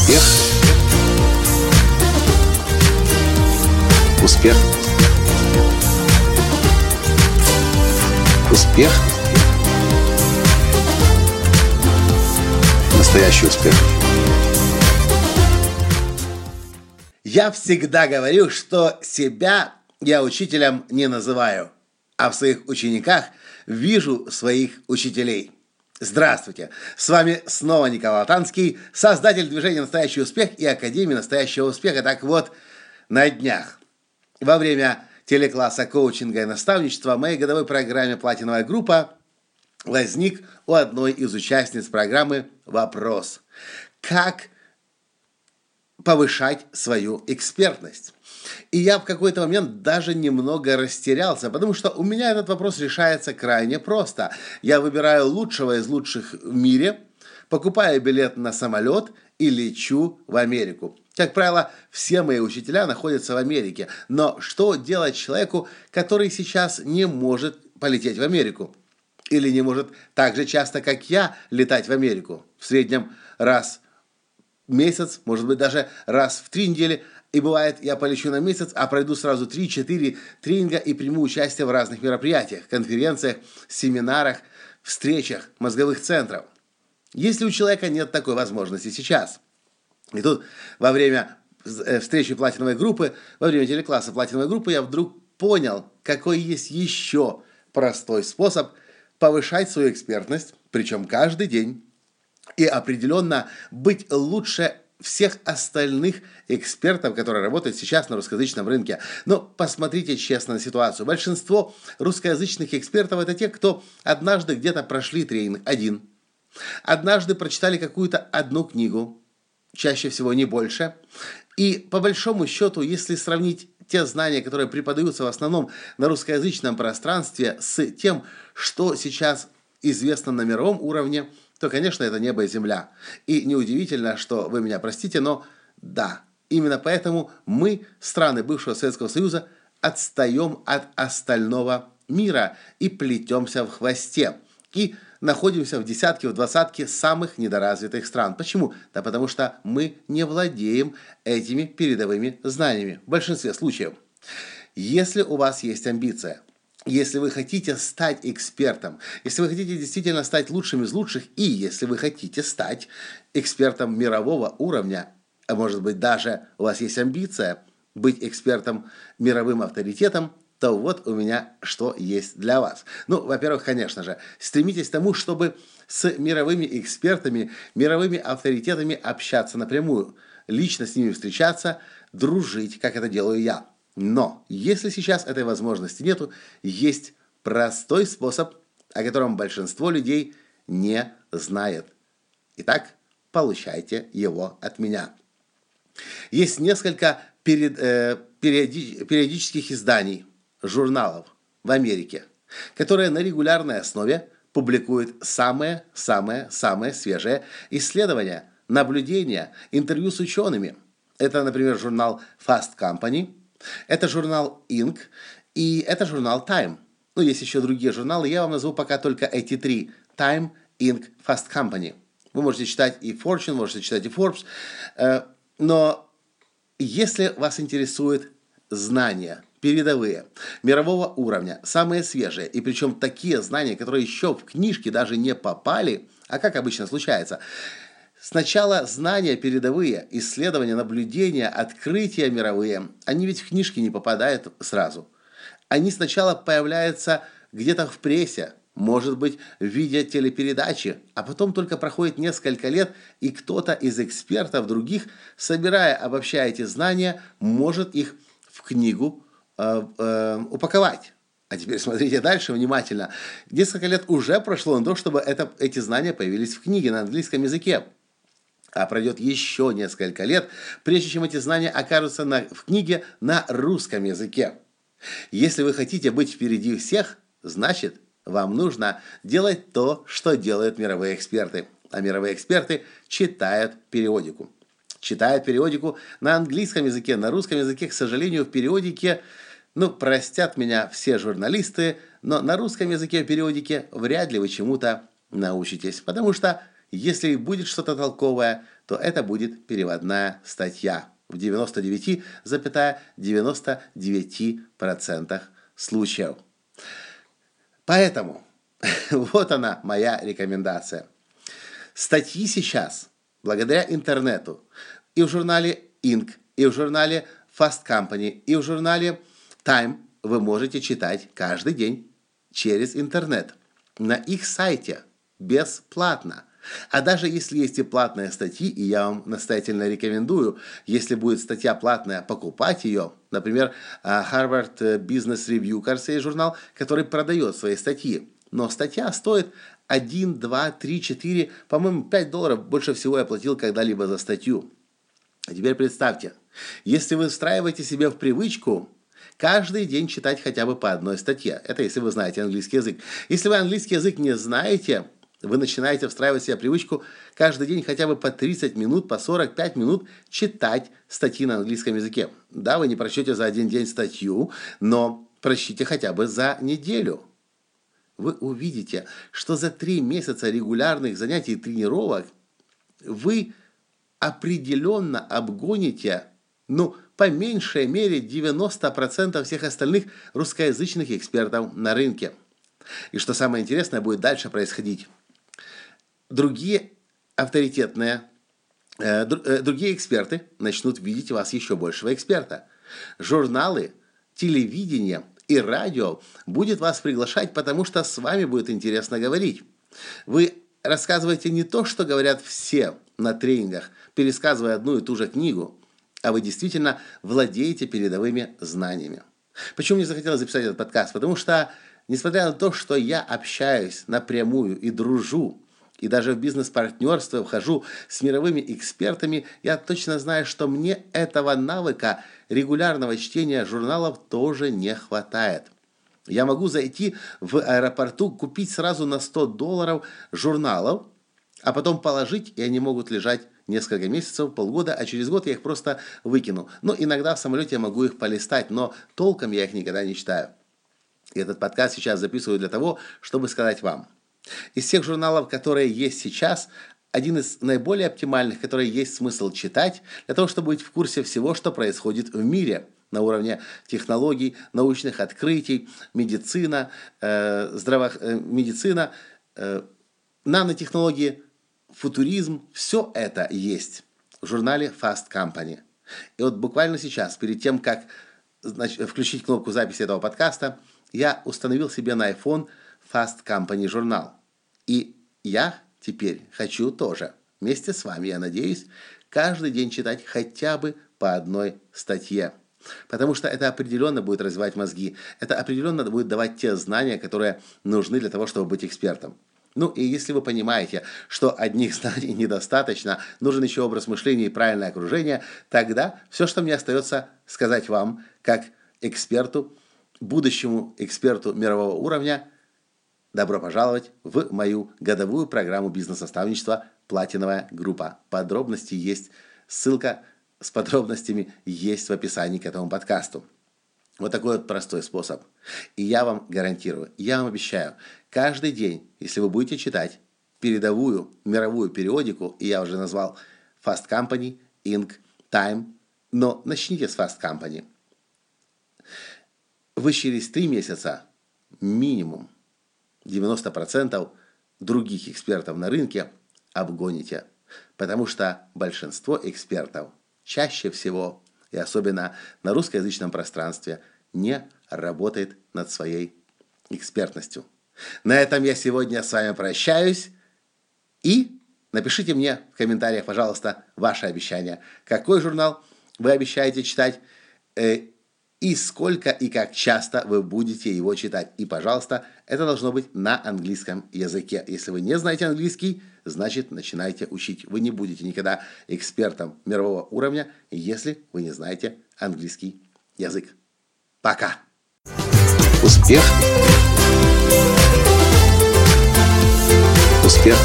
Успех. Успех. Успех. Настоящий успех. Я всегда говорю, что себя я учителем не называю, а в своих учениках вижу своих учителей. Здравствуйте! С вами снова Николай Латанский, создатель движения «Настоящий успех» и Академии «Настоящего успеха». Так вот, на днях, во время телекласса коучинга и наставничества в моей годовой программе «Платиновая группа» возник у одной из участниц программы вопрос: как повышать свою экспертность? И я в какой-то момент даже немного растерялся, потому что у меня этот вопрос решается крайне просто. Я выбираю лучшего из лучших в мире, покупаю билет на самолет и лечу в Америку. Как правило, все мои учителя находятся в Америке. Но что делать человеку, который сейчас не может полететь в Америку? Или не может так же часто, как я, летать в Америку? В среднем раз в месяц, может быть, даже раз в 3 недели. И бывает, я полечу на месяц, а пройду сразу 3-4 тренинга и приму участие в разных мероприятиях, конференциях, семинарах, встречах мозговых центров. Если у человека нет такой возможности сейчас, и тут во время встречи платиновой группы, во время телекласса платиновой группы я вдруг понял, какой есть еще простой способ повышать свою экспертность, причем каждый день, и определенно быть лучше всех остальных экспертов, которые работают сейчас на русскоязычном рынке. Но посмотрите честно на ситуацию. Большинство русскоязычных экспертов – это те, кто однажды где-то прошли тренинг один, однажды прочитали какую-то одну книгу, чаще всего не больше. И по большому счету, если сравнить те знания, которые преподаются в основном на русскоязычном пространстве, с тем, что сейчас известно на мировом уровне, то, конечно, это небо и земля. И неудивительно, что вы меня простите, но да, именно поэтому мы, страны бывшего Советского Союза, отстаем от остального мира и плетемся в хвосте. И находимся в десятке, в двадцатке самых недоразвитых стран. Почему? Да потому что мы не владеем этими передовыми знаниями в большинстве случаев. Если у вас есть амбиция, если вы хотите стать экспертом, если вы хотите действительно стать лучшим из лучших, и если вы хотите стать экспертом мирового уровня, а может быть даже у вас есть амбиция быть экспертом, мировым авторитетом, то вот у меня что есть для вас. Ну, во-первых, конечно же, стремитесь к тому, чтобы с мировыми экспертами, мировыми авторитетами общаться напрямую, лично с ними встречаться, дружить, как это делаю я. Но если сейчас этой возможности нету, есть простой способ, о котором большинство людей не знает. Итак, получайте его от меня. Есть несколько периодических изданий, журналов в Америке, которые на регулярной основе публикуют самые-самые-самые свежие исследования, наблюдения, интервью с учеными. Это, например, журнал Fast Company, это журнал Inc. и это журнал Time. Ну, есть еще другие журналы, я вам назову пока только эти 3. Time, Inc., Fast Company. Вы можете читать и Fortune, можете читать и Forbes. Но если вас интересуют знания передовые, мирового уровня, самые свежие, и причем такие знания, которые еще в книжки даже не попали, а как обычно случается, сначала знания передовые, исследования, наблюдения, открытия мировые, они ведь в книжки не попадают сразу. Они сначала появляются где-то в прессе, может быть, в виде телепередачи, а потом только проходит несколько лет, и кто-то из экспертов других, собирая, обобщая эти знания, может их в книгу упаковать. А теперь смотрите дальше внимательно. Несколько лет уже прошло на то, чтобы эти знания появились в книге на английском языке. А пройдет еще несколько лет, прежде чем эти знания окажутся в книге на русском языке. Если вы хотите быть впереди всех, значит, вам нужно делать то, что делают мировые эксперты. А мировые эксперты читают периодику. Читают периодику на английском языке, на русском языке, к сожалению, в периодике, простят меня все журналисты, но на русском языке в периодике вряд ли вы чему-то научитесь, потому что если будет что-то толковое, то это будет переводная статья в 99,99% случаев. Поэтому вот она моя рекомендация. Статьи сейчас, благодаря интернету, и в журнале Inc., и в журнале Fast Company, и в журнале Time вы можете читать каждый день через интернет на их сайте бесплатно. А даже если есть и платные статьи, и я вам настоятельно рекомендую, если будет статья платная, покупать ее. Например, Harvard Business Review, кажется, есть журнал, который продает свои статьи. Но статья стоит 1, 2, 3, 4, по-моему, $5 больше всего я платил когда-либо за статью. А теперь представьте, если вы встраиваете себе в привычку каждый день читать хотя бы по одной статье. Это если вы знаете английский язык. Если вы английский язык не знаете, вы начинаете встраивать себе привычку каждый день хотя бы по 30 минут, по 45 минут читать статьи на английском языке. Да, вы не прочтете за один день статью, но прочтите хотя бы за неделю. Вы увидите, что за 3 месяца регулярных занятий и тренировок вы определенно обгоните, по меньшей мере 90% всех остальных русскоязычных экспертов на рынке. И что самое интересное будет дальше происходить. Другие авторитетные, другие эксперты начнут видеть в вас еще большего эксперта. Журналы, телевидение и радио будет вас приглашать, потому что с вами будет интересно говорить. Вы рассказываете не то, что говорят все на тренингах, пересказывая одну и ту же книгу, а вы действительно владеете передовыми знаниями. Почему мне захотелось записать этот подкаст? Потому что, несмотря на то, что я общаюсь напрямую и дружу, и даже в бизнес-партнерство вхожу с мировыми экспертами, я точно знаю, что мне этого навыка регулярного чтения журналов тоже не хватает. Я могу зайти в аэропорту, купить сразу на $100 журналов, а потом положить, и они могут лежать несколько месяцев, полгода, а через год я их просто выкину. Иногда в самолете я могу их полистать, но толком я их никогда не читаю. И этот подкаст сейчас записываю для того, чтобы сказать вам. Из всех журналов, которые есть сейчас, один из наиболее оптимальных, который есть смысл читать, для того, чтобы быть в курсе всего, что происходит в мире на уровне технологий, научных открытий, медицина, нанотехнологии, футуризм, все это есть в журнале Fast Company. И вот буквально сейчас, перед тем, как включить кнопку записи этого подкаста, я установил себе на iPhone Fast Company журнал. И я теперь хочу тоже, вместе с вами, я надеюсь, каждый день читать хотя бы по одной статье. Потому что это определенно будет развивать мозги. Это определенно будет давать те знания, которые нужны для того, чтобы быть экспертом. И если вы понимаете, что одних знаний недостаточно, нужен еще образ мышления и правильное окружение, тогда все, что мне остается сказать вам, как эксперту, будущему эксперту мирового уровня, добро пожаловать в мою годовую программу бизнес-наставничества «Платиновая группа». Подробности есть, ссылка с подробностями есть в описании к этому подкасту. Вот такой вот простой способ. И я вам гарантирую, я вам обещаю, каждый день, если вы будете читать передовую мировую периодику, и я уже назвал Fast Company, Inc., Time, но начните с Fast Company. Вы через 3 месяца минимум 90% других экспертов на рынке обгоните. Потому что большинство экспертов чаще всего, и особенно на русскоязычном пространстве, не работает над своей экспертностью. На этом я сегодня с вами прощаюсь. И напишите мне в комментариях, пожалуйста, ваше обещание. Какой журнал вы обещаете читать, и сколько и как часто вы будете его читать. И, пожалуйста, это должно быть на английском языке. Если вы не знаете английский, значит, начинайте учить. Вы не будете никогда экспертом мирового уровня, если вы не знаете английский язык. Пока! Успех! Успех!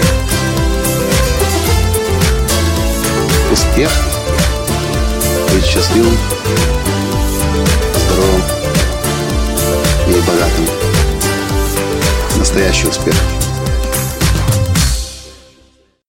Успех! Быть счастливым, здоровым и богатым. Настоящий успех.